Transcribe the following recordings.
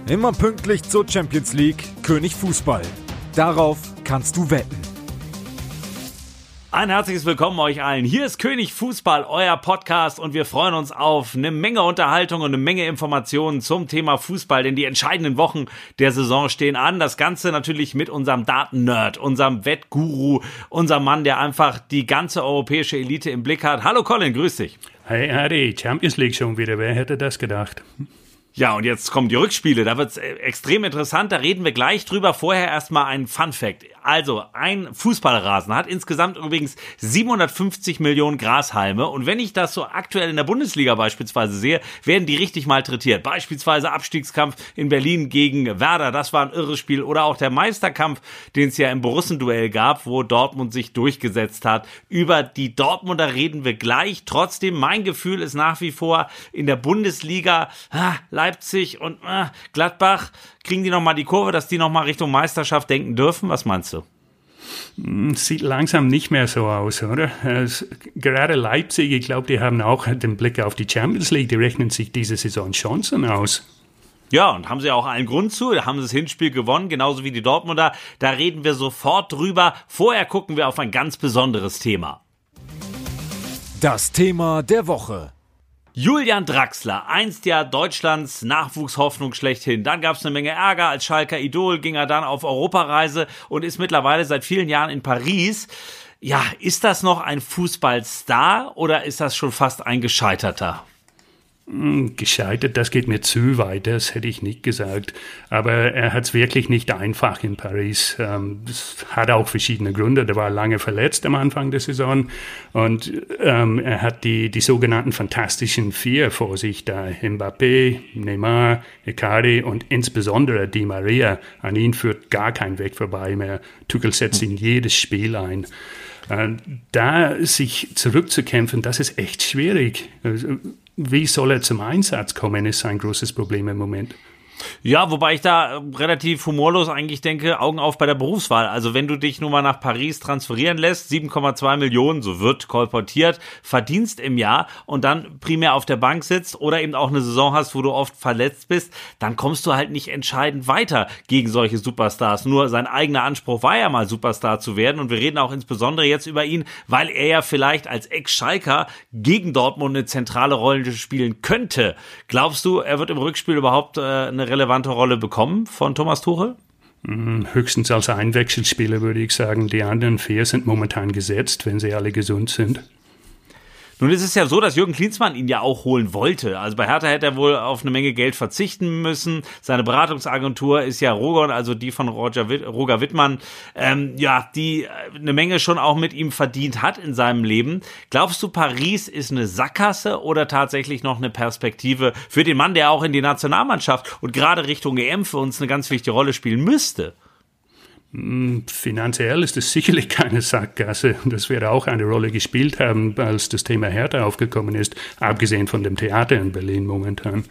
Immer pünktlich zur Champions League, König Fußball. Darauf kannst du wetten. Ein herzliches Willkommen euch allen. Hier ist König Fußball, euer Podcast, und wir freuen uns auf eine Menge Unterhaltung und eine Menge Informationen zum Thema Fußball, denn die entscheidenden Wochen der Saison stehen an. Das Ganze natürlich mit unserem Daten-Nerd, unserem Wettguru, unserem Mann, der einfach die ganze europäische Elite im Blick hat. Hallo Colin, grüß dich. Hey Adi, Champions League schon wieder, wer hätte das gedacht? Ja, und jetzt kommen die Rückspiele, da wird's extrem interessant, da reden wir gleich drüber. Vorher erstmal ein Fun-Fact. Also, ein Fußballrasen hat insgesamt übrigens 750 Millionen Grashalme, und wenn ich das so aktuell in der Bundesliga beispielsweise sehe, werden die richtig malträtiert. Beispielsweise Abstiegskampf in Berlin gegen Werder, das war ein irres Spiel, oder auch der Meisterkampf, den es ja im Borussen-Duell gab, wo Dortmund sich durchgesetzt hat. Über die Dortmunder reden wir gleich. Trotzdem, mein Gefühl ist nach wie vor in der Bundesliga, Leipzig und Gladbach, kriegen die nochmal die Kurve, dass die nochmal Richtung Meisterschaft denken dürfen? Was meinst du? Sieht langsam nicht mehr so aus, oder? Gerade Leipzig, ich glaube, die haben auch den Blick auf die Champions League, die rechnen sich diese Saison Chancen aus. Ja, und haben sie auch allen Grund zu, da haben sie das Hinspiel gewonnen, genauso wie die Dortmunder, da reden wir sofort drüber. Vorher gucken wir auf ein ganz besonderes Thema. Das Thema der Woche. Julian Draxler, einst ja Deutschlands Nachwuchshoffnung schlechthin. Dann gab es eine Menge Ärger. Als Schalker Idol ging er dann auf Europareise und ist mittlerweile seit vielen Jahren in Paris. Ja, ist das noch ein Fußballstar oder ist das schon fast ein Gescheiterter? Gescheitert, das geht mir zu weit, das hätte ich nicht gesagt. Aber er hat es wirklich nicht einfach in Paris. Das hat auch verschiedene Gründe. Der war lange verletzt am Anfang der Saison und er hat die sogenannten Fantastischen Vier vor sich da. Mbappé, Neymar, Icardi und insbesondere Di Maria. An ihn führt gar kein Weg vorbei mehr. Tuchel setzt in jedes Spiel ein. Da sich zurückzukämpfen, das ist echt schwierig. Wie soll er zum Einsatz kommen, ist ein großes Problem im Moment. Ja, wobei ich da relativ humorlos eigentlich denke, Augen auf bei der Berufswahl. Also wenn du dich nun mal nach Paris transferieren lässt, 7,2 Millionen, so wird kolportiert, verdienst im Jahr und dann primär auf der Bank sitzt oder eben auch eine Saison hast, wo du oft verletzt bist, dann kommst du halt nicht entscheidend weiter gegen solche Superstars. Nur sein eigener Anspruch war ja mal Superstar zu werden, und wir reden auch insbesondere jetzt über ihn, weil er ja vielleicht als Ex-Schalker gegen Dortmund eine zentrale Rolle spielen könnte. Glaubst du, er wird im Rückspiel überhaupt eine relevante Rolle bekommen von Thomas Tuchel? Höchstens als Einwechselspieler, würde ich sagen. Die anderen vier sind momentan gesetzt, wenn sie alle gesund sind. Nun ist es ja so, dass Jürgen Klinsmann ihn ja auch holen wollte. Also bei Hertha hätte er wohl auf eine Menge Geld verzichten müssen. Seine Beratungsagentur ist ja Rogon, also die von Roger Wittmann, die eine Menge schon auch mit ihm verdient hat in seinem Leben. Glaubst du, Paris ist eine Sackgasse oder tatsächlich noch eine Perspektive für den Mann, der auch in die Nationalmannschaft und gerade Richtung EM für uns eine ganz wichtige Rolle spielen müsste? Finanziell ist es sicherlich keine Sackgasse. Das wird auch eine Rolle gespielt haben, als das Thema Hertha aufgekommen ist, abgesehen von dem Theater in Berlin momentan.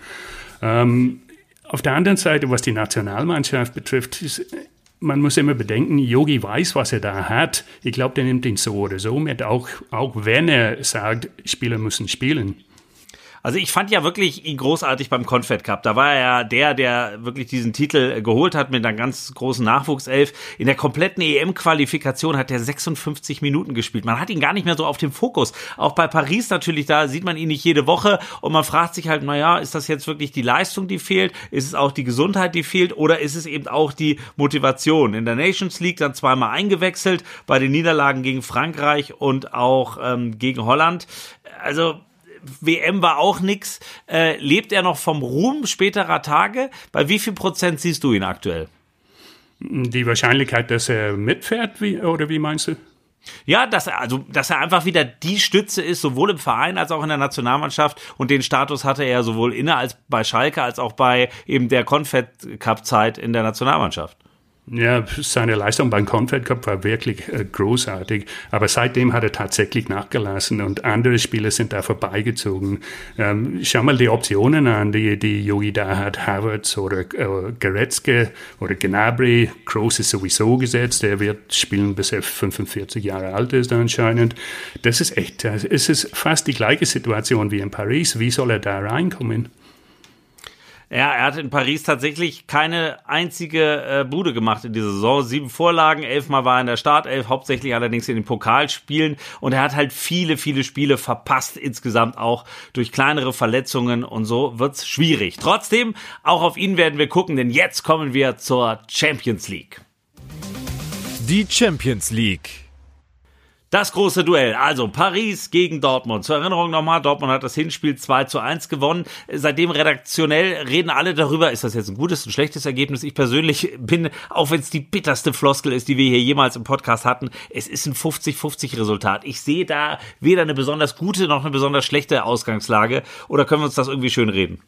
Auf der anderen Seite, was die Nationalmannschaft betrifft, man muss immer bedenken, Jogi weiß, was er da hat. Ich glaube, der nimmt ihn so oder so mit, auch wenn er sagt, Spieler müssen spielen. Also ich fand ja wirklich ihn großartig beim Confed Cup. Da war er ja der wirklich diesen Titel geholt hat mit einer ganz großen Nachwuchself. In der kompletten EM-Qualifikation hat er 56 Minuten gespielt. Man hat ihn gar nicht mehr so auf dem Fokus. Auch bei Paris natürlich, da sieht man ihn nicht jede Woche und man fragt sich halt, ist das jetzt wirklich die Leistung, die fehlt? Ist es auch die Gesundheit, die fehlt? Oder ist es eben auch die Motivation? In der Nations League dann zweimal eingewechselt, bei den Niederlagen gegen Frankreich und auch gegen Holland. Also WM war auch nix. Lebt er noch vom Ruhm späterer Tage? Bei wie viel Prozent siehst du ihn aktuell? Die Wahrscheinlichkeit, dass er mitfährt, wie meinst du? Ja, dass er einfach wieder die Stütze ist, sowohl im Verein als auch in der Nationalmannschaft, und den Status hatte er sowohl als bei Schalke als auch bei eben der Confed Cup Zeit in der Nationalmannschaft. Ja, seine Leistung beim Confed Cup war wirklich großartig, aber seitdem hat er tatsächlich nachgelassen und andere Spieler sind da vorbeigezogen. Schau mal die Optionen an, die Jogi da hat, Havertz oder Goretzka oder Gnabry. Kroos ist sowieso gesetzt, er wird spielen, bis er 45 Jahre alt ist anscheinend. Es ist fast die gleiche Situation wie in Paris. Wie soll er da reinkommen? Ja, er hat in Paris tatsächlich keine einzige Bude gemacht in dieser Saison. 7 Vorlagen, 11-mal war er in der Startelf, hauptsächlich allerdings in den Pokalspielen. Und er hat halt viele, viele Spiele verpasst, insgesamt auch durch kleinere Verletzungen. Und so wird's schwierig. Trotzdem, auch auf ihn werden wir gucken, denn jetzt kommen wir zur Champions League. Die Champions League. Das große Duell, also Paris gegen Dortmund. Zur Erinnerung nochmal, Dortmund hat das Hinspiel 2:1 gewonnen. Seitdem redaktionell reden alle darüber, ist das jetzt ein gutes, ein schlechtes Ergebnis? Ich persönlich bin, auch wenn es die bitterste Floskel ist, die wir hier jemals im Podcast hatten, es ist ein 50-50 Resultat. Ich sehe da weder eine besonders gute noch eine besonders schlechte Ausgangslage. Oder können wir uns das irgendwie schön reden?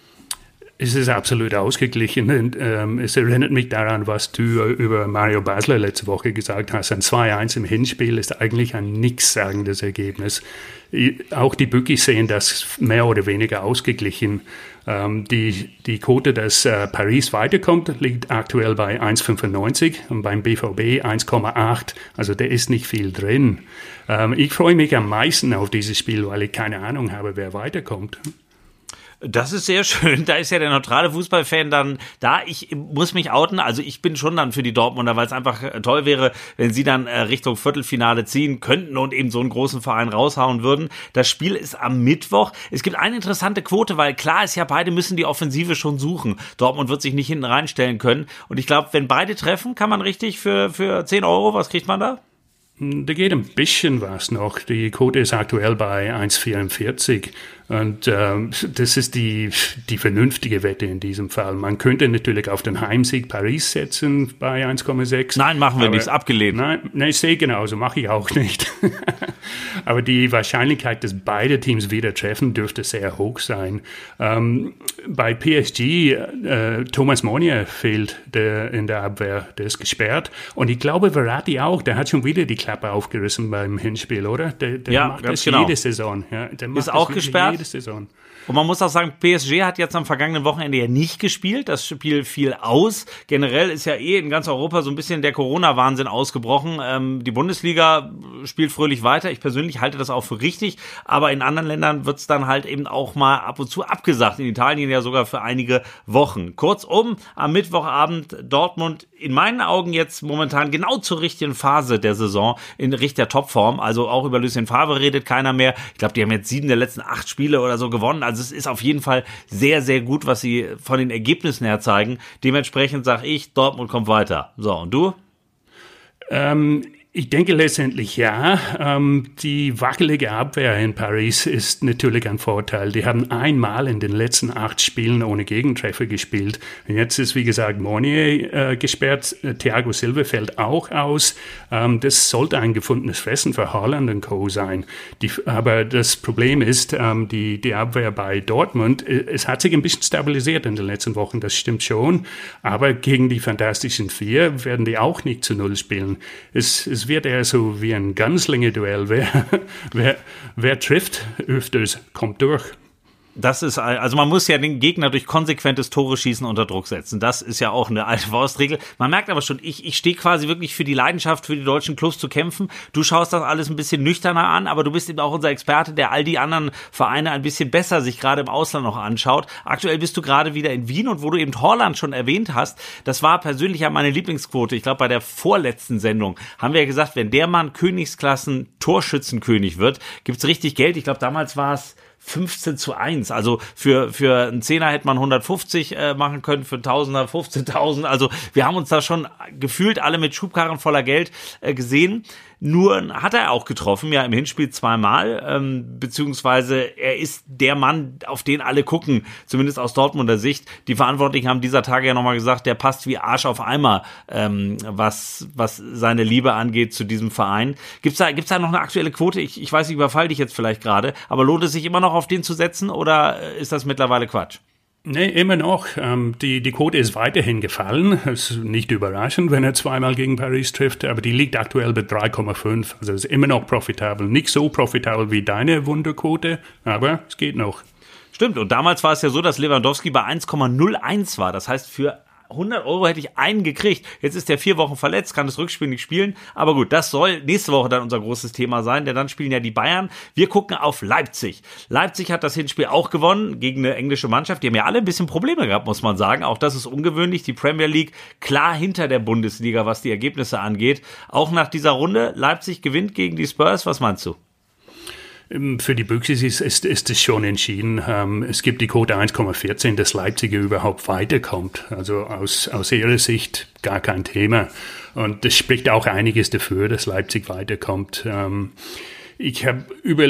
Es ist absolut ausgeglichen. Und, es erinnert mich daran, was du über Mario Basler letzte Woche gesagt hast. Ein 2:1 im Hinspiel ist eigentlich ein nichtssagendes Ergebnis. Auch die Bookies sehen das mehr oder weniger ausgeglichen. Die Quote, dass Paris weiterkommt, liegt aktuell bei 1,95 und beim BVB 1,8. Also da ist nicht viel drin. Ich freue mich am meisten auf dieses Spiel, weil ich keine Ahnung habe, wer weiterkommt. Das ist sehr schön. Da ist ja der neutrale Fußballfan dann da. Ich muss mich outen. Also ich bin schon dann für die Dortmunder, weil es einfach toll wäre, wenn sie dann Richtung Viertelfinale ziehen könnten und eben so einen großen Verein raushauen würden. Das Spiel ist am Mittwoch. Es gibt eine interessante Quote, weil klar ist ja, beide müssen die Offensive schon suchen. Dortmund wird sich nicht hinten reinstellen können. Und ich glaube, wenn beide treffen, kann man richtig für 10 Euro, was kriegt man da? Da geht ein bisschen was noch. Die Quote ist aktuell bei 1,44 und das ist die vernünftige Wette in diesem Fall. Man könnte natürlich auf den Heimsieg Paris setzen bei 1,6. Nein, machen wir nicht, abgelehnt. Nein, ich sehe genauso, mache ich auch nicht. Aber die Wahrscheinlichkeit, dass beide Teams wieder treffen, dürfte sehr hoch sein. Bei PSG, Thomas Meunier fehlt in der Abwehr, der ist gesperrt. Und ich glaube, Verratti auch, der hat schon wieder die Klappe aufgerissen beim Hinspiel, oder? Der macht das jede Saison. Ja, der macht ist auch gesperrt. Jede Saison. Und man muss auch sagen, PSG hat jetzt am vergangenen Wochenende ja nicht gespielt. Das Spiel fiel aus. Generell ist ja in ganz Europa so ein bisschen der Corona-Wahnsinn ausgebrochen. Die Bundesliga spielt fröhlich weiter. Ich persönlich halte das auch für richtig. Aber in anderen Ländern wird es dann halt eben auch mal ab und zu abgesagt. In Italien ja sogar für einige Wochen. Kurzum, am Mittwochabend Dortmund in meinen Augen jetzt momentan genau zur richtigen Phase der Saison in richtiger Topform. Also auch über Lucien Favre redet keiner mehr. Ich glaube, die haben jetzt 7 der letzten 8 Spiele oder so gewonnen. Also es ist auf jeden Fall sehr, sehr gut, was sie von den Ergebnissen her zeigen. Dementsprechend sage ich, Dortmund kommt weiter. So, und du? Ich denke letztendlich ja. Die wackelige Abwehr in Paris ist natürlich ein Vorteil. Die haben einmal in den letzten 8 Spielen ohne Gegentreffer gespielt. Und jetzt ist, wie gesagt, Meunier gesperrt. Thiago Silva fällt auch aus. Das sollte ein gefundenes Fressen für Haaland und Co. sein. Aber das Problem ist, die Abwehr bei Dortmund, es hat sich ein bisschen stabilisiert in den letzten Wochen, das stimmt schon. Aber gegen die Fantastischen Vier werden die auch nicht zu Null spielen. Es wird eher so wie ein Ganzlinge-Duell. Wer trifft öfters, kommt durch. Das ist, also man muss ja den Gegner durch konsequentes Tore schießen unter Druck setzen. Das ist ja auch eine alte Faustregel. Man merkt aber schon, ich stehe quasi wirklich für die Leidenschaft, für die deutschen Clubs zu kämpfen. Du schaust das alles ein bisschen nüchterner an, aber du bist eben auch unser Experte, der all die anderen Vereine ein bisschen besser sich gerade im Ausland noch anschaut. Aktuell bist du gerade wieder in Wien und wo du eben Haaland schon erwähnt hast, das war persönlich ja meine Lieblingsquote. Ich glaube, bei der vorletzten Sendung haben wir ja gesagt, wenn der Mann Königsklassen Torschützenkönig wird, gibt's richtig Geld. Ich glaube, damals war es 15:1, also für einen Zehner hätte man 150 machen können, für einen Tausender 15.000, also wir haben uns da schon gefühlt alle mit Schubkarren voller Geld gesehen. Nur hat er auch getroffen, ja im Hinspiel 2-mal, beziehungsweise er ist der Mann, auf den alle gucken, zumindest aus Dortmunder Sicht. Die Verantwortlichen haben dieser Tage ja nochmal gesagt, der passt wie Arsch auf Eimer, was seine Liebe angeht zu diesem Verein. Gibt's da noch eine aktuelle Quote? Ich weiß, ich überfall dich jetzt vielleicht gerade, aber lohnt es sich immer noch auf den zu setzen oder ist das mittlerweile Quatsch? Nee, immer noch. Die Quote ist weiterhin gefallen. Es ist nicht überraschend, wenn er 2-mal gegen Paris trifft, aber die liegt aktuell bei 3,5. Also es ist immer noch profitabel. Nicht so profitabel wie deine Wunderquote, aber es geht noch. Stimmt, und damals war es ja so, dass Lewandowski bei 1,01 war. Das heißt, für 100 Euro hätte ich einen gekriegt. Jetzt ist der 4 Wochen verletzt, kann das Rückspiel nicht spielen. Aber gut, das soll nächste Woche dann unser großes Thema sein, denn dann spielen ja die Bayern. Wir gucken auf Leipzig. Leipzig hat das Hinspiel auch gewonnen gegen eine englische Mannschaft. Die haben ja alle ein bisschen Probleme gehabt, muss man sagen. Auch das ist ungewöhnlich. Die Premier League klar hinter der Bundesliga, was die Ergebnisse angeht. Auch nach dieser Runde, Leipzig gewinnt gegen die Spurs. Was meinst du? Für die Büchse ist es schon entschieden. Es gibt die Quote 1,14, dass Leipzig überhaupt weiterkommt. Also aus ihrer Sicht gar kein Thema. Und das spricht auch einiges dafür, dass Leipzig weiterkommt. Ich habe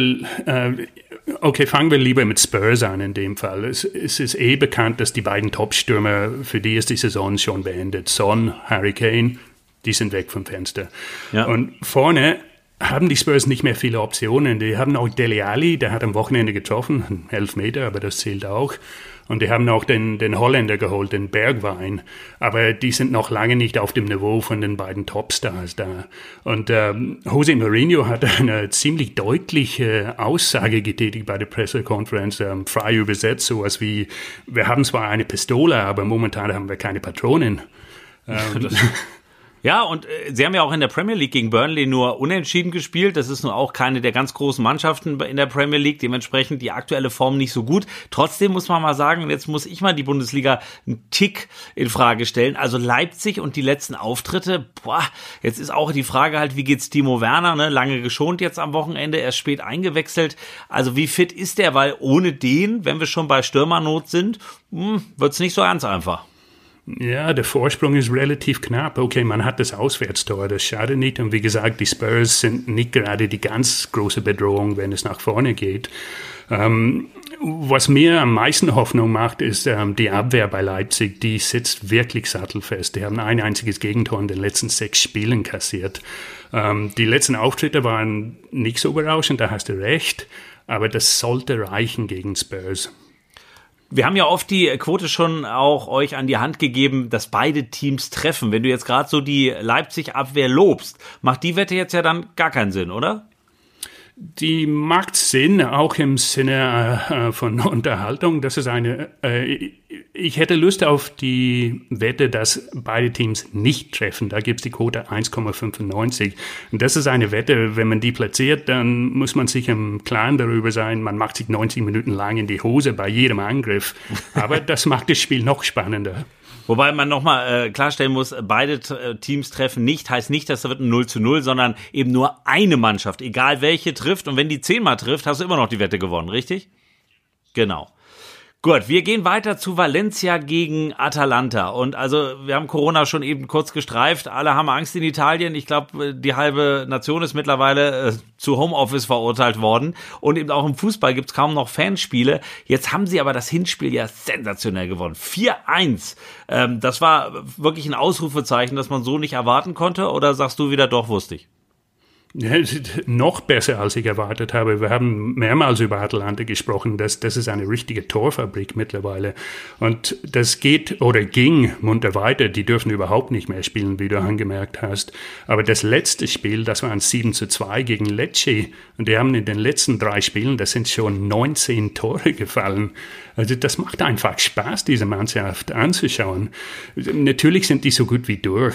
okay, fangen wir lieber mit Spurs an in dem Fall. Es ist bekannt, dass die beiden Top-Stürmer, für die ist die Saison schon beendet. Son, Harry Kane, die sind weg vom Fenster. Ja. Und vorne haben die Spurs nicht mehr viele Optionen. Die haben auch Dele Alli, der hat am Wochenende getroffen, 11 Meter, aber das zählt auch. Und die haben auch den Holländer geholt, den Bergwijn. Aber die sind noch lange nicht auf dem Niveau von den beiden Topstars da. Und José Mourinho hat eine ziemlich deutliche Aussage getätigt bei der Pressekonferenz, frei übersetzt, sowas wie, wir haben zwar eine Pistole, aber momentan haben wir keine Patronen. Ja, und sie haben ja auch in der Premier League gegen Burnley nur unentschieden gespielt. Das ist nur auch keine der ganz großen Mannschaften in der Premier League. Dementsprechend die aktuelle Form nicht so gut. Trotzdem muss man mal sagen, jetzt muss ich mal die Bundesliga einen Tick in Frage stellen. Also Leipzig und die letzten Auftritte, jetzt ist auch die Frage halt, wie geht's Timo Werner, ne? Lange geschont jetzt am Wochenende, erst spät eingewechselt. Also wie fit ist der? Weil ohne den, wenn wir schon bei Stürmernot sind, wird's nicht so ganz einfach. Ja, der Vorsprung ist relativ knapp. Okay, man hat das Auswärtstor, das schadet nicht. Und wie gesagt, die Spurs sind nicht gerade die ganz große Bedrohung, wenn es nach vorne geht. Was mir am meisten Hoffnung macht, ist die Abwehr bei Leipzig. Die sitzt wirklich sattelfest. Die haben ein einziges Gegentor in den letzten 6 Spielen kassiert. Die letzten Auftritte waren nicht so berauschend, da hast du recht. Aber das sollte reichen gegen Spurs. Wir haben ja oft die Quote schon auch euch an die Hand gegeben, dass beide Teams treffen. Wenn du jetzt gerade so die Leipzig-Abwehr lobst, macht die Wette jetzt ja dann gar keinen Sinn, oder? Die macht Sinn, auch im Sinne von Unterhaltung. Das ist ich hätte Lust auf die Wette, dass beide Teams nicht treffen. Da gibt es die Quote 1,95. Und das ist eine Wette, wenn man die platziert, dann muss man sich im Klaren darüber sein, man macht sich 90 Minuten lang in die Hose bei jedem Angriff. Aber das macht das Spiel noch spannender. Wobei man nochmal klarstellen muss, beide Teams treffen nicht, heißt nicht, dass da wird ein 0:0, sondern eben nur eine Mannschaft, egal welche trifft. Und wenn die 10-mal trifft, hast du immer noch die Wette gewonnen, richtig? Genau. Gut, wir gehen weiter zu Valencia gegen Atalanta. Und also, wir haben Corona schon eben kurz gestreift. Alle haben Angst in Italien. Ich glaube, die halbe Nation ist mittlerweile zu Homeoffice verurteilt worden. Und eben auch im Fußball gibt's kaum noch Fanspiele. Jetzt haben sie aber das Hinspiel ja sensationell gewonnen. 4-1. Das war wirklich ein Ausrufezeichen, das man so nicht erwarten konnte. Oder sagst du wieder, doch, wusste ich? Ja, noch besser, als ich erwartet habe. Wir haben mehrmals über Atalanta gesprochen. Das ist eine richtige Torfabrik mittlerweile. Und das ging munter weiter. Die dürfen überhaupt nicht mehr spielen, wie du angemerkt hast. Aber das letzte Spiel, das war ein 7:2 gegen Lecce. Und die haben in den letzten 3 Spielen, das sind schon 19 Tore gefallen. Also das macht einfach Spaß, diese Mannschaft anzuschauen. Natürlich sind die so gut wie durch.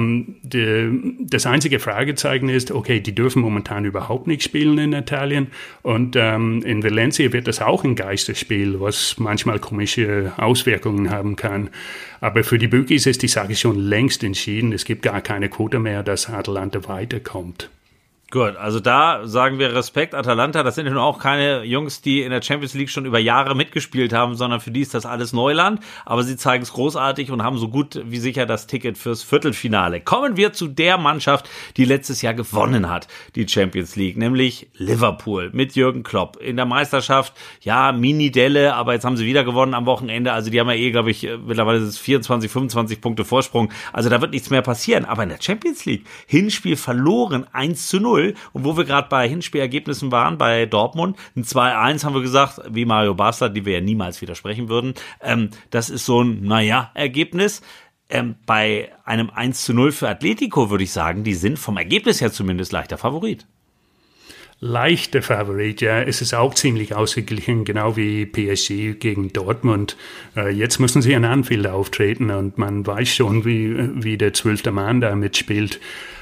Das einzige Fragezeichen ist, okay, die dürfen momentan überhaupt nicht spielen in Italien. Und in Valencia wird das auch ein Geisterspiel, was manchmal komische Auswirkungen haben kann. Aber für die Bookies ist die Sache schon längst entschieden. Es gibt gar keine Quote mehr, dass Atalanta weiterkommt. Gut, also da sagen wir Respekt, Atalanta, das sind ja nun auch keine Jungs, die in der Champions League schon über Jahre mitgespielt haben, sondern für die ist das alles Neuland, aber sie zeigen es großartig und haben so gut wie sicher das Ticket fürs Viertelfinale. Kommen wir zu der Mannschaft, die letztes Jahr gewonnen hat, die Champions League, nämlich Liverpool mit Jürgen Klopp. In der Meisterschaft, ja, Mini-Delle, aber jetzt haben sie wieder gewonnen am Wochenende, also die haben ja glaube ich, mittlerweile ist es 24, 25 Punkte Vorsprung, also da wird nichts mehr passieren, aber in der Champions League, Hinspiel verloren, 1:0. Und wo wir gerade bei Hinspielergebnissen waren, bei Dortmund, ein 2-1 haben wir gesagt, wie Mario Basler, die wir ja niemals widersprechen würden. Das ist so ein, Ergebnis. Bei einem 1:0 für Atletico würde ich sagen, die sind vom Ergebnis her zumindest leichter Favorit. leichter Favorit. Ja, es ist auch ziemlich ausgeglichen, genau wie PSG gegen Dortmund. Jetzt müssen sie in Anfield auftreten und man weiß schon, wie der 12. Mann da mitspielt.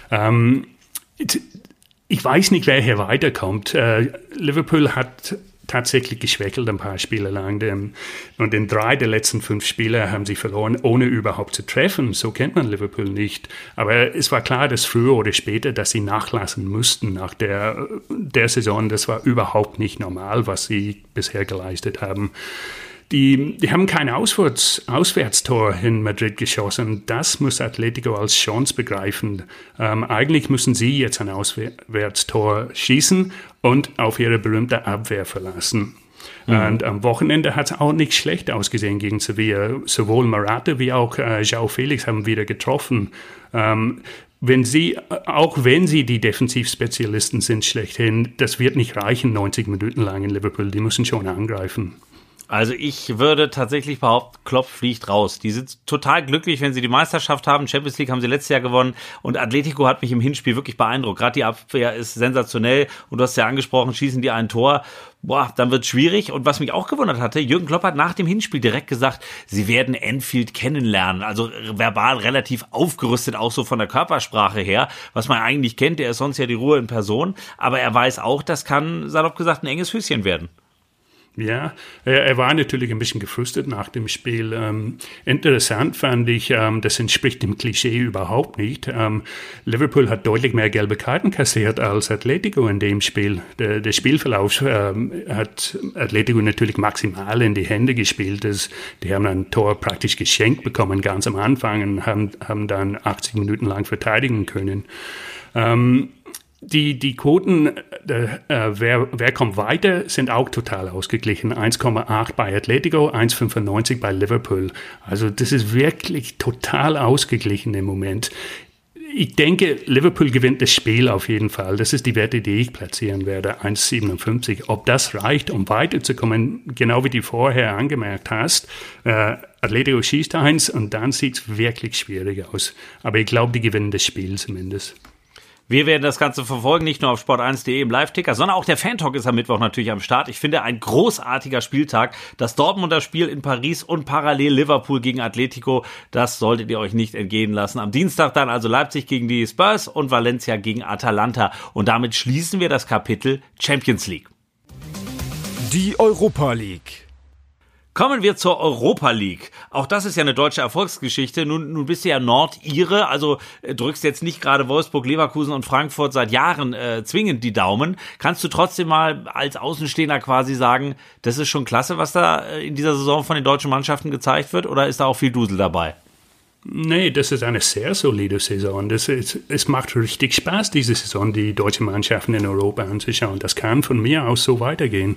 Ich weiß nicht, wer hier weiterkommt. Liverpool hat tatsächlich geschwächelt ein paar Spiele lang. Und in 3 der letzten 5 Spiele haben sie verloren, ohne überhaupt zu treffen. So kennt man Liverpool nicht. Aber es war klar, dass früher oder später, dass sie nachlassen mussten nach der Saison. Das war überhaupt nicht normal, was sie bisher geleistet haben. Die haben kein Auswärtstor in Madrid geschossen. Das muss Atletico als Chance begreifen. Eigentlich müssen sie jetzt ein Auswärtstor schießen und auf ihre berühmte Abwehr verlassen. Und am Wochenende hat es auch nicht schlecht ausgesehen gegen Sevilla. Sowohl Morata wie auch João Felix haben wieder getroffen. Wenn sie die Defensivspezialisten sind schlechthin, das wird nicht reichen 90 Minuten lang in Liverpool. Die müssen schon angreifen. Also ich würde tatsächlich behaupten, Klopp fliegt raus. Die sind total glücklich, wenn sie die Meisterschaft haben. Champions League haben sie letztes Jahr gewonnen. Und Atletico hat mich im Hinspiel wirklich beeindruckt. Gerade die Abwehr ist sensationell. Und du hast ja angesprochen, schießen die ein Tor. Boah, dann wird's schwierig. Und was mich auch gewundert hatte, Jürgen Klopp hat nach dem Hinspiel direkt gesagt, sie werden Anfield kennenlernen. Also verbal relativ aufgerüstet, auch so von der Körpersprache her. Was man eigentlich kennt, der ist sonst ja die Ruhe in Person. Aber er weiß auch, das kann, salopp gesagt, ein enges Höschen werden. Ja, er war natürlich ein bisschen gefrustet nach dem Spiel. Interessant fand ich, das entspricht dem Klischee überhaupt nicht. Liverpool hat deutlich mehr gelbe Karten kassiert als Atletico in dem Spiel. Der Spielverlauf hat Atletico natürlich maximal in die Hände gespielt. Die haben ein Tor praktisch geschenkt bekommen ganz am Anfang und haben dann 80 Minuten lang verteidigen können. Die Quoten, wer kommt weiter, sind auch total ausgeglichen. 1,8 bei Atletico, 1,95 bei Liverpool. Also das ist wirklich total ausgeglichen im Moment. Ich denke, Liverpool gewinnt das Spiel auf jeden Fall. Das ist die Wette, die ich platzieren werde, 1,57. Ob das reicht, um weiterzukommen, genau wie du vorher angemerkt hast, Atletico schießt 1 und dann sieht es wirklich schwierig aus. Aber ich glaube, die gewinnen das Spiel zumindest. Wir werden das Ganze verfolgen, nicht nur auf sport1.de im Live-Ticker, sondern auch der Fan-Talk ist am Mittwoch natürlich am Start. Ich finde, ein großartiger Spieltag. Das Dortmunder Spiel in Paris und parallel Liverpool gegen Atletico, das solltet ihr euch nicht entgehen lassen. Am Dienstag dann also Leipzig gegen die Spurs und Valencia gegen Atalanta. Und damit schließen wir das Kapitel Champions League. Die Europa League. Kommen wir zur Europa League. Auch das ist ja eine deutsche Erfolgsgeschichte. Nun bist du ja Nordire, also drückst jetzt nicht gerade Wolfsburg, Leverkusen und Frankfurt seit Jahren zwingend die Daumen. Kannst du trotzdem mal als Außenstehender quasi sagen, das ist schon klasse, was da in dieser Saison von den deutschen Mannschaften gezeigt wird, oder ist da auch viel Dusel dabei? Nee, das ist eine sehr solide Saison. Es macht richtig Spaß, diese Saison die deutschen Mannschaften in Europa anzuschauen. Das kann von mir aus so weitergehen.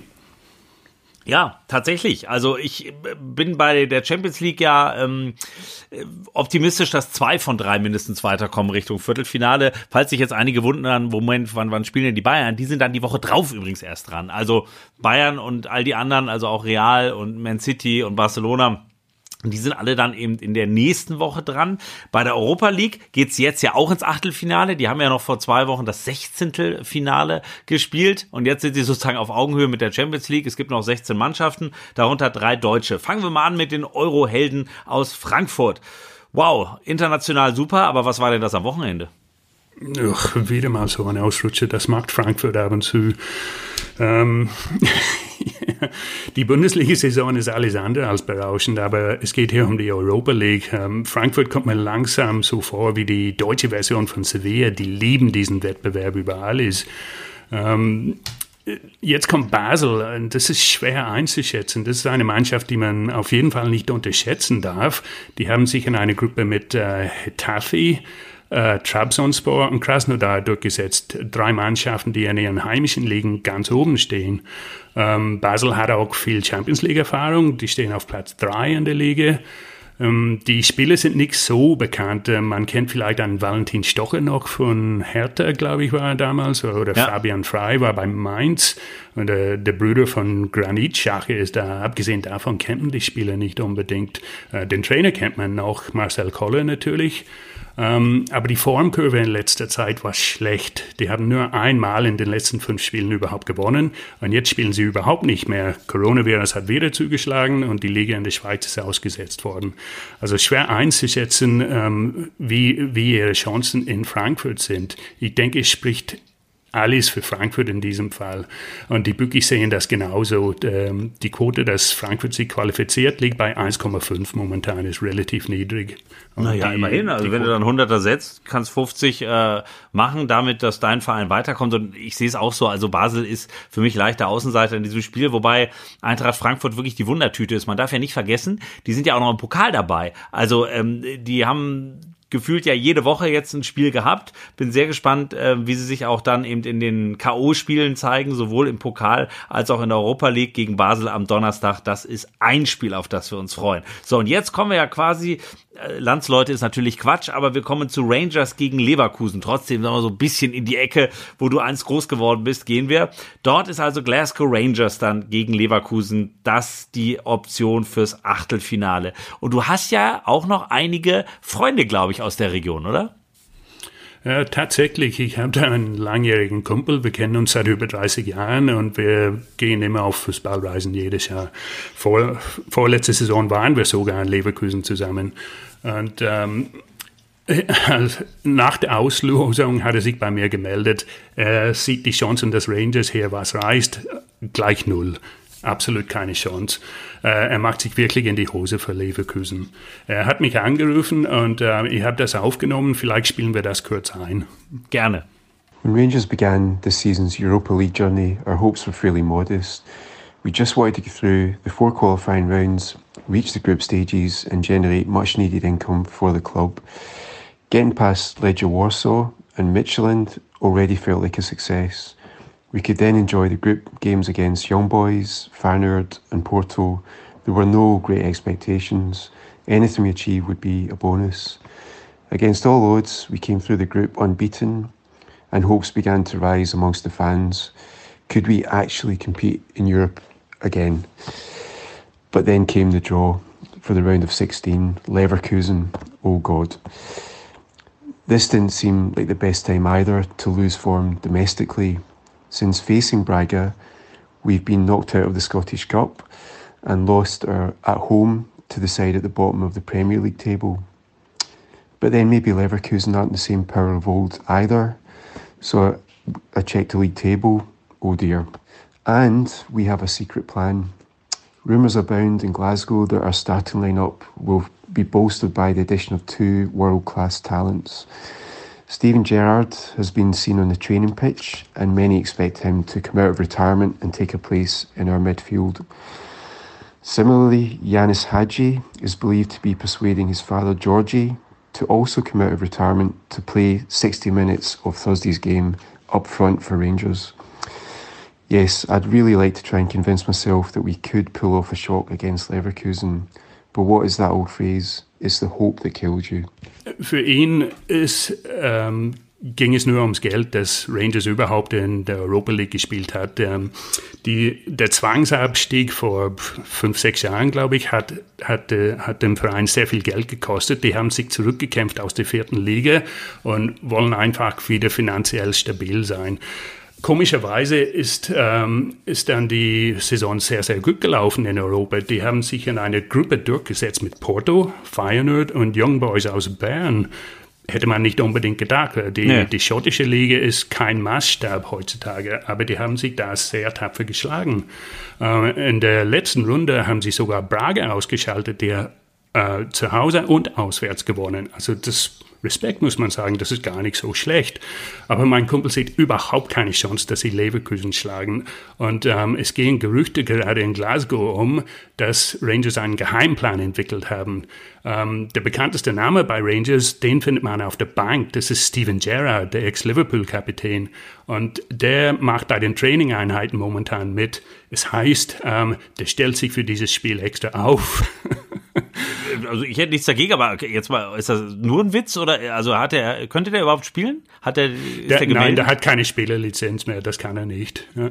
Ja, tatsächlich. Also ich bin bei der Champions League ja optimistisch, dass 2 von 3 mindestens weiterkommen Richtung Viertelfinale. Falls sich jetzt einige wundern, Moment, wann spielen denn die Bayern? Die sind dann die Woche drauf übrigens erst dran. Also Bayern und all die anderen, also auch Real und Man City und Barcelona, die sind alle dann eben in der nächsten Woche dran. Bei der Europa League geht's jetzt ja auch ins Achtelfinale. Die haben ja noch vor 2 Wochen das 16. Finale gespielt. Und jetzt sind sie sozusagen auf Augenhöhe mit der Champions League. Es gibt noch 16 Mannschaften, darunter 3 Deutsche. Fangen wir mal an mit den Euro-Helden aus Frankfurt. Wow, international super, aber was war denn das am Wochenende? Ach, wieder mal so ein Ausrutscher. Das macht Frankfurt ab und zu. Die Bundesliga-Saison ist alles andere als berauschend, aber es geht hier um die Europa League. Frankfurt kommt mir langsam so vor wie die deutsche Version von Sevilla. Die lieben diesen Wettbewerb über alles. Jetzt kommt Basel. Das ist schwer einzuschätzen. Das ist eine Mannschaft, die man auf jeden Fall nicht unterschätzen darf. Die haben sich in eine Gruppe mit Getafe, Trabzonspor und Krasnodar durchgesetzt. 3 Mannschaften, die in ihren heimischen Ligen ganz oben stehen. Basel hat auch viel Champions League-Erfahrung. Die stehen auf Platz 3 in der Liga. Die Spieler sind nicht so bekannt. Man kennt vielleicht einen Valentin Stocher noch von Hertha, glaube ich, war er damals. Oder ja. Fabian Frey war bei Mainz. Und der Bruder von Granit Xhaka ist da. Abgesehen davon kennt man die Spieler nicht unbedingt. Den Trainer kennt man noch, Marcel Koller natürlich. Aber die Formkurve in letzter Zeit war schlecht. Die haben nur einmal in den letzten 5 Spielen überhaupt gewonnen. Und jetzt spielen sie überhaupt nicht mehr. Coronavirus hat wieder zugeschlagen und die Liga in der Schweiz ist ausgesetzt worden. Also schwer einzuschätzen, wie ihre Chancen in Frankfurt sind. Ich denke, es spricht alles für Frankfurt in diesem Fall. Und die Bookies sehen das genauso. Die Quote, dass Frankfurt sich qualifiziert, liegt bei 1,5 momentan, ist relativ niedrig. Und naja, immerhin. Also wenn du dann 100er setzt, kannst 50 machen, damit, dass dein Verein weiterkommt. Und ich sehe es auch so. Also Basel ist für mich leichter Außenseiter in diesem Spiel, wobei Eintracht Frankfurt wirklich die Wundertüte ist. Man darf ja nicht vergessen, die sind ja auch noch im Pokal dabei. Also die haben gefühlt ja jede Woche jetzt ein Spiel gehabt. Bin sehr gespannt, wie sie sich auch dann eben in den K.O.-Spielen zeigen, sowohl im Pokal als auch in der Europa League gegen Basel am Donnerstag. Das ist ein Spiel, auf das wir uns freuen. So, und jetzt kommen wir ja quasi, Landsleute ist natürlich Quatsch, aber wir kommen zu Rangers gegen Leverkusen. Trotzdem, sagen wir so ein bisschen in die Ecke, wo du einst groß geworden bist, gehen wir. Dort ist also Glasgow Rangers dann gegen Leverkusen das die Option fürs Achtelfinale. Und du hast ja auch noch einige Freunde, glaube ich, aus der Region, oder? Ja, tatsächlich. Ich habe da einen langjährigen Kumpel. Wir kennen uns seit über 30 Jahren und wir gehen immer auf Fußballreisen jedes Jahr. Vorletzte Saison waren wir sogar in Leverkusen zusammen. Und nach der Auslosung hat er sich bei mir gemeldet. Er sieht die Chancen des Rangers hier, was reißt, gleich 0. Absolut keine Chance. Er macht sich wirklich in die Hose für Leverkusen. Er hat mich angerufen und ich habe das aufgenommen. Vielleicht spielen wir das kurz ein. Gerne. When Rangers began this season's Europa League journey, our hopes were fairly modest. We just wanted to get through the 4 qualifying rounds, reach the group stages and generate much needed income for the club. Getting past Legia Warsaw and Midtjylland already felt like a success. We could then enjoy the group games against Young Boys, Feyenoord and Porto. There were no great expectations. Anything we achieved would be a bonus. Against all odds, we came through the group unbeaten and hopes began to rise amongst the fans. Could we actually compete in Europe again? But then came the draw for the round of 16, Leverkusen, oh God. This didn't seem like the best time either to lose form domestically. Since facing Braga, we've been knocked out of the Scottish Cup and lost at home to the side at the bottom of the Premier League table. But then maybe Leverkusen aren't the same power of old either. So I checked the league table, oh dear. And we have a secret plan. Rumours abound in Glasgow that our starting lineup will be bolstered by the addition of 2 world-class talents. Steven Gerrard has been seen on the training pitch and many expect him to come out of retirement and take a place in our midfield. Similarly, Yanis Hadji is believed to be persuading his father Georgie to also come out of retirement to play 60 minutes of Thursday's game up front for Rangers. Yes, I'd really like to try and convince myself that we could pull off a shock against Leverkusen. But what is that old phrase? It's the hope that kills you. Für ihn ging es nur ums Geld, dass Rangers überhaupt in der Europa League gespielt hat. Der Zwangsabstieg vor 5-6 Jahren, glaube ich, hat dem Verein sehr viel Geld gekostet. Die haben sich zurückgekämpft aus der 4. Liga und wollen einfach wieder finanziell stabil sein. Komischerweise ist dann die Saison sehr, sehr gut gelaufen in Europa. Die haben sich in eine Gruppe durchgesetzt mit Porto, Feyenoord und Young Boys aus Bern. Hätte man nicht unbedingt gedacht. Die schottische Liga ist kein Maßstab heutzutage, aber die haben sich da sehr tapfer geschlagen. In der letzten Runde haben sie sogar Braga ausgeschaltet, die zu Hause und auswärts gewonnen. Also das Respekt, muss man sagen, das ist gar nicht so schlecht. Aber mein Kumpel sieht überhaupt keine Chance, dass sie Leverkusen schlagen. Und es gehen Gerüchte gerade in Glasgow dass Rangers einen Geheimplan entwickelt haben. Der bekannteste Name bei Rangers, den findet man auf der Bank. Das ist Steven Gerrard, der Ex-Liverpool-Kapitän. Und der macht bei den Trainingeinheiten momentan mit. Es heißt, der stellt sich für dieses Spiel extra auf. Also ich hätte nichts dagegen, aber jetzt mal, ist das nur ein Witz oder also könnte der überhaupt spielen? Nein, der hat keine Spielerlizenz mehr, das kann er nicht. Ja.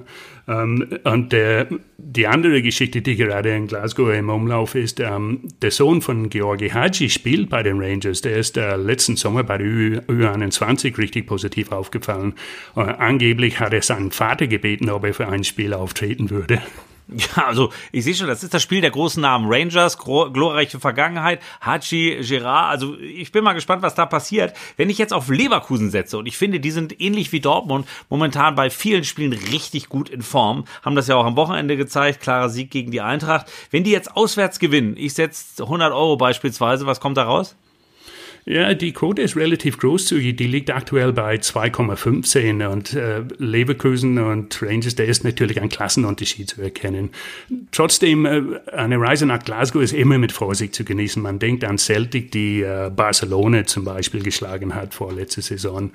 Und die andere Geschichte, die gerade in Glasgow im Umlauf ist, der Sohn von Georgi Hagi spielt bei den Rangers. Der ist letzten Sommer bei der U21 richtig positiv aufgefallen. Angeblich hat er seinen Vater gebeten, ob er für ein Spiel auftreten würde. Ja, also ich sehe schon, das ist das Spiel der großen Namen. Rangers, glorreiche Vergangenheit, Hagi, Gerard, also ich bin mal gespannt, was da passiert. Wenn ich jetzt auf Leverkusen setze und ich finde, die sind ähnlich wie Dortmund momentan bei vielen Spielen richtig gut in Form, haben das ja auch am Wochenende gezeigt, klarer Sieg gegen die Eintracht. Wenn die jetzt auswärts gewinnen, ich setze 100 € beispielsweise, was kommt da raus? Ja, die Quote ist relativ großzügig. Die liegt aktuell bei 2,15 und Leverkusen und Rangers, der ist natürlich ein Klassenunterschied zu erkennen. Trotzdem, eine Reise nach Glasgow ist immer mit Vorsicht zu genießen. Man denkt an Celtic, die Barcelona zum Beispiel geschlagen hat vorletzte Saison.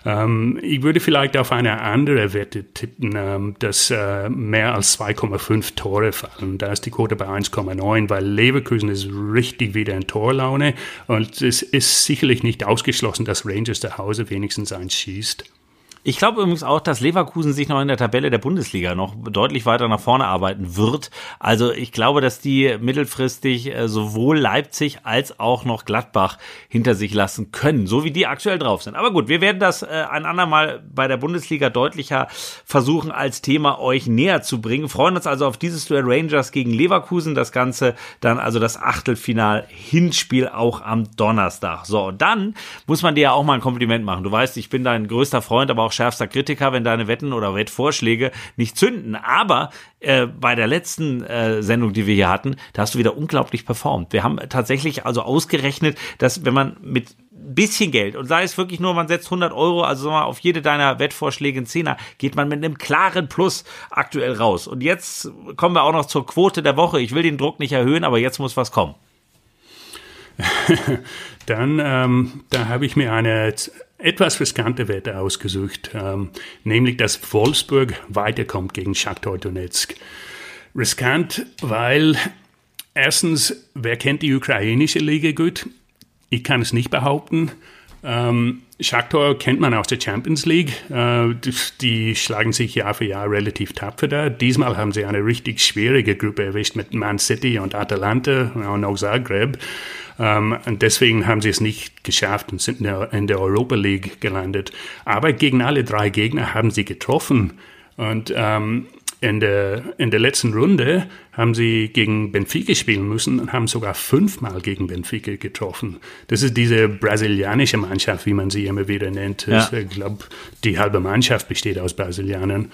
Ich würde vielleicht auf eine andere Wette tippen, dass mehr als 2,5 Tore fallen. Da ist die Quote bei 1,9, weil Leverkusen ist richtig wieder in Torlaune und es ist sicherlich nicht ausgeschlossen, dass Rangers zu Hause wenigstens eins schießt. Ich glaube übrigens auch, dass Leverkusen sich noch in der Tabelle der Bundesliga noch deutlich weiter nach vorne arbeiten wird. Also ich glaube, dass die mittelfristig sowohl Leipzig als auch noch Gladbach hinter sich lassen können, so wie die aktuell drauf sind. Aber gut, wir werden das ein andermal bei der Bundesliga deutlicher versuchen, als Thema euch näher zu bringen. Freuen uns also auf dieses Duell Rangers gegen Leverkusen. Das Ganze dann also das Achtelfinal-Hinspiel auch am Donnerstag. So, und dann muss man dir ja auch mal ein Kompliment machen. Du weißt, ich bin dein größter Freund, aber auch schärfster Kritiker, wenn deine Wetten oder Wettvorschläge nicht zünden. Aber bei der letzten Sendung, die wir hier hatten, da hast du wieder unglaublich performt. Wir haben tatsächlich also ausgerechnet, dass wenn man mit bisschen Geld und sei es wirklich nur, man setzt 100 €, also mal auf jede deiner Wettvorschläge einen Zehner, geht man mit einem klaren Plus aktuell raus. Und jetzt kommen wir auch noch zur Quote der Woche. Ich will den Druck nicht erhöhen, aber jetzt muss was kommen. Dann, da habe ich mir eine etwas riskante Wette ausgesucht, nämlich dass Wolfsburg weiterkommt gegen Schachtar Donetsk. Riskant, weil erstens, wer kennt die ukrainische Liga gut? Ich kann es nicht behaupten. Schachtar kennt man aus der Champions League. Die schlagen sich Jahr für Jahr relativ tapfer da. Diesmal haben sie eine richtig schwierige Gruppe erwischt mit Man City und Atalanta und auch Zagreb. Und deswegen haben sie es nicht geschafft und sind in der Europa League gelandet. Aber gegen alle drei Gegner haben sie getroffen. Und in der letzten Runde haben sie gegen Benfica spielen müssen und haben sogar 5-mal gegen Benfica getroffen. Das ist diese brasilianische Mannschaft, wie man sie immer wieder nennt. Ja. Ich glaube, die halbe Mannschaft besteht aus Brasilianern.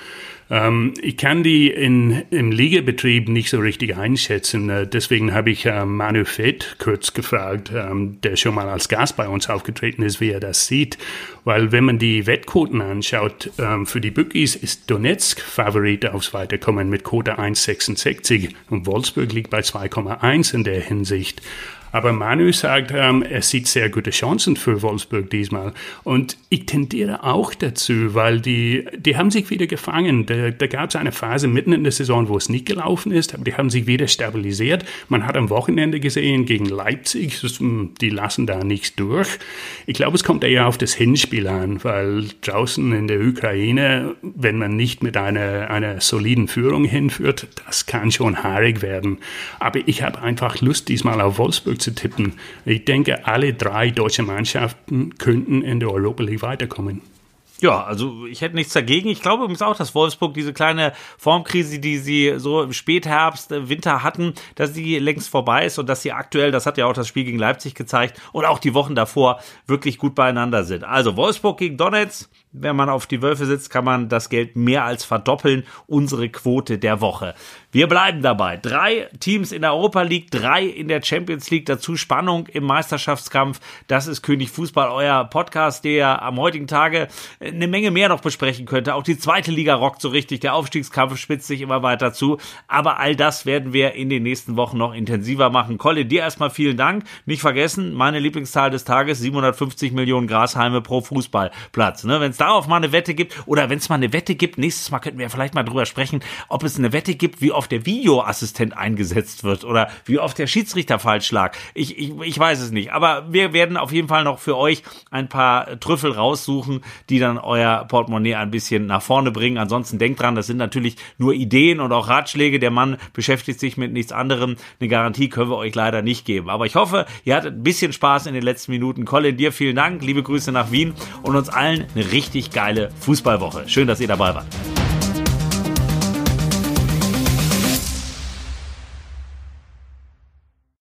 Ich kann die im Ligabetrieb nicht so richtig einschätzen. Deswegen habe ich Manu Fett kurz gefragt, der schon mal als Gast bei uns aufgetreten ist, wie er das sieht. Weil wenn man die Wettquoten anschaut, für die Bookies ist Donetsk Favorit aufs Weiterkommen mit Quote 1,66 und Wolfsburg liegt bei 2,1 in der Hinsicht. Aber Manu sagt, er sieht sehr gute Chancen für Wolfsburg diesmal. Und ich tendiere auch dazu, weil die haben sich wieder gefangen. Da gab es eine Phase mitten in der Saison, wo es nicht gelaufen ist, aber die haben sich wieder stabilisiert. Man hat am Wochenende gesehen gegen Leipzig, die lassen da nichts durch. Ich glaube, es kommt eher auf das Hinspiel an, weil draußen in der Ukraine, wenn man nicht mit einer soliden Führung hinführt, das kann schon haarig werden. Aber ich habe einfach Lust, diesmal auf Wolfsburg zu tippen. Ich denke, alle drei deutsche Mannschaften könnten in der Europa League weiterkommen. Ja, also ich hätte nichts dagegen. Ich glaube übrigens auch, dass Wolfsburg diese kleine Formkrise, die sie so im Spätherbst, Winter hatten, dass die längst vorbei ist und dass sie aktuell, das hat ja auch das Spiel gegen Leipzig gezeigt und auch die Wochen davor wirklich gut beieinander sind. Also Wolfsburg gegen Donetsk. Wenn man auf die Wölfe sitzt, kann man das Geld mehr als verdoppeln. Unsere Quote der Woche. Wir bleiben dabei. 3 Teams in der Europa League, 3 in der Champions League. Dazu Spannung im Meisterschaftskampf. Das ist König Fußball, euer Podcast, der am heutigen Tage eine Menge mehr noch besprechen könnte. Auch die zweite Liga rockt so richtig. Der Aufstiegskampf spitzt sich immer weiter zu. Aber all das werden wir in den nächsten Wochen noch intensiver machen. Colin, dir erstmal vielen Dank. Nicht vergessen, meine Lieblingszahl des Tages, 750 Millionen Grashalme pro Fußballplatz. Ne? Wenn es darauf mal eine Wette gibt oder wenn es mal eine Wette gibt, nächstes Mal könnten wir vielleicht mal drüber sprechen, ob es eine Wette gibt, wie oft der Videoassistent eingesetzt wird oder wie oft der Schiedsrichter falsch lag. Ich weiß es nicht, aber wir werden auf jeden Fall noch für euch ein paar Trüffel raussuchen, die dann euer Portemonnaie ein bisschen nach vorne bringen. Ansonsten denkt dran, das sind natürlich nur Ideen und auch Ratschläge. Der Mann beschäftigt sich mit nichts anderem. Eine Garantie können wir euch leider nicht geben. Aber ich hoffe, ihr hattet ein bisschen Spaß in den letzten Minuten. Colin, dir vielen Dank. Liebe Grüße nach Wien und uns allen eine richtig geile Fußballwoche. Schön, dass ihr dabei wart.